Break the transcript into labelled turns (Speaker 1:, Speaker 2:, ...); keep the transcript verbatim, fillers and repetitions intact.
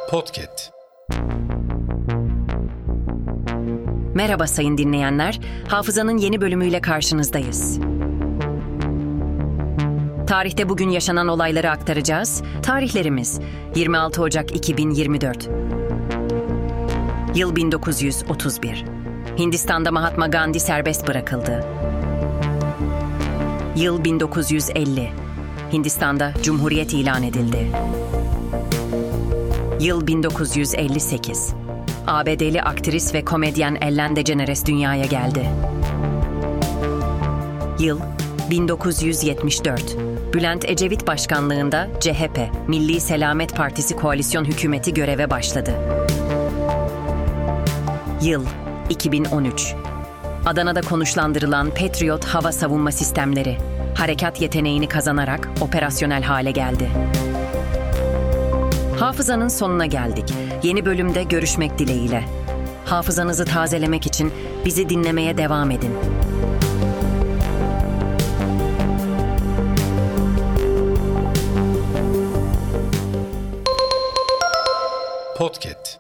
Speaker 1: Podcast.
Speaker 2: Merhaba sayın dinleyenler, Hafızanın yeni bölümüyle karşınızdayız. Tarihte bugün yaşanan olayları aktaracağız. Tarihlerimiz yirmi altı Ocak iki bin yirmi dört. Yıl bin dokuz yüz otuz bir. Hindistan'da Mahatma Gandhi serbest bırakıldı. Yıl bin dokuz yüz elli. Hindistan'da Cumhuriyet ilan edildi. Yıl bin dokuz yüz elli sekiz. A B D'li aktris ve komedyen Ellen DeGeneres dünyaya geldi. Yıl bin dokuz yüz yetmiş dört. Bülent Ecevit başkanlığında C H P, Milli Selamet Partisi koalisyon hükümeti göreve başladı. Yıl iki bin on üç. Adana'da konuşlandırılan Patriot hava savunma sistemleri, harekat yeteneğini kazanarak operasyonel hale geldi. Hafızanın sonuna geldik. Yeni bölümde görüşmek dileğiyle. Hafızanızı tazelemek için bizi dinlemeye devam edin.
Speaker 1: Podcast.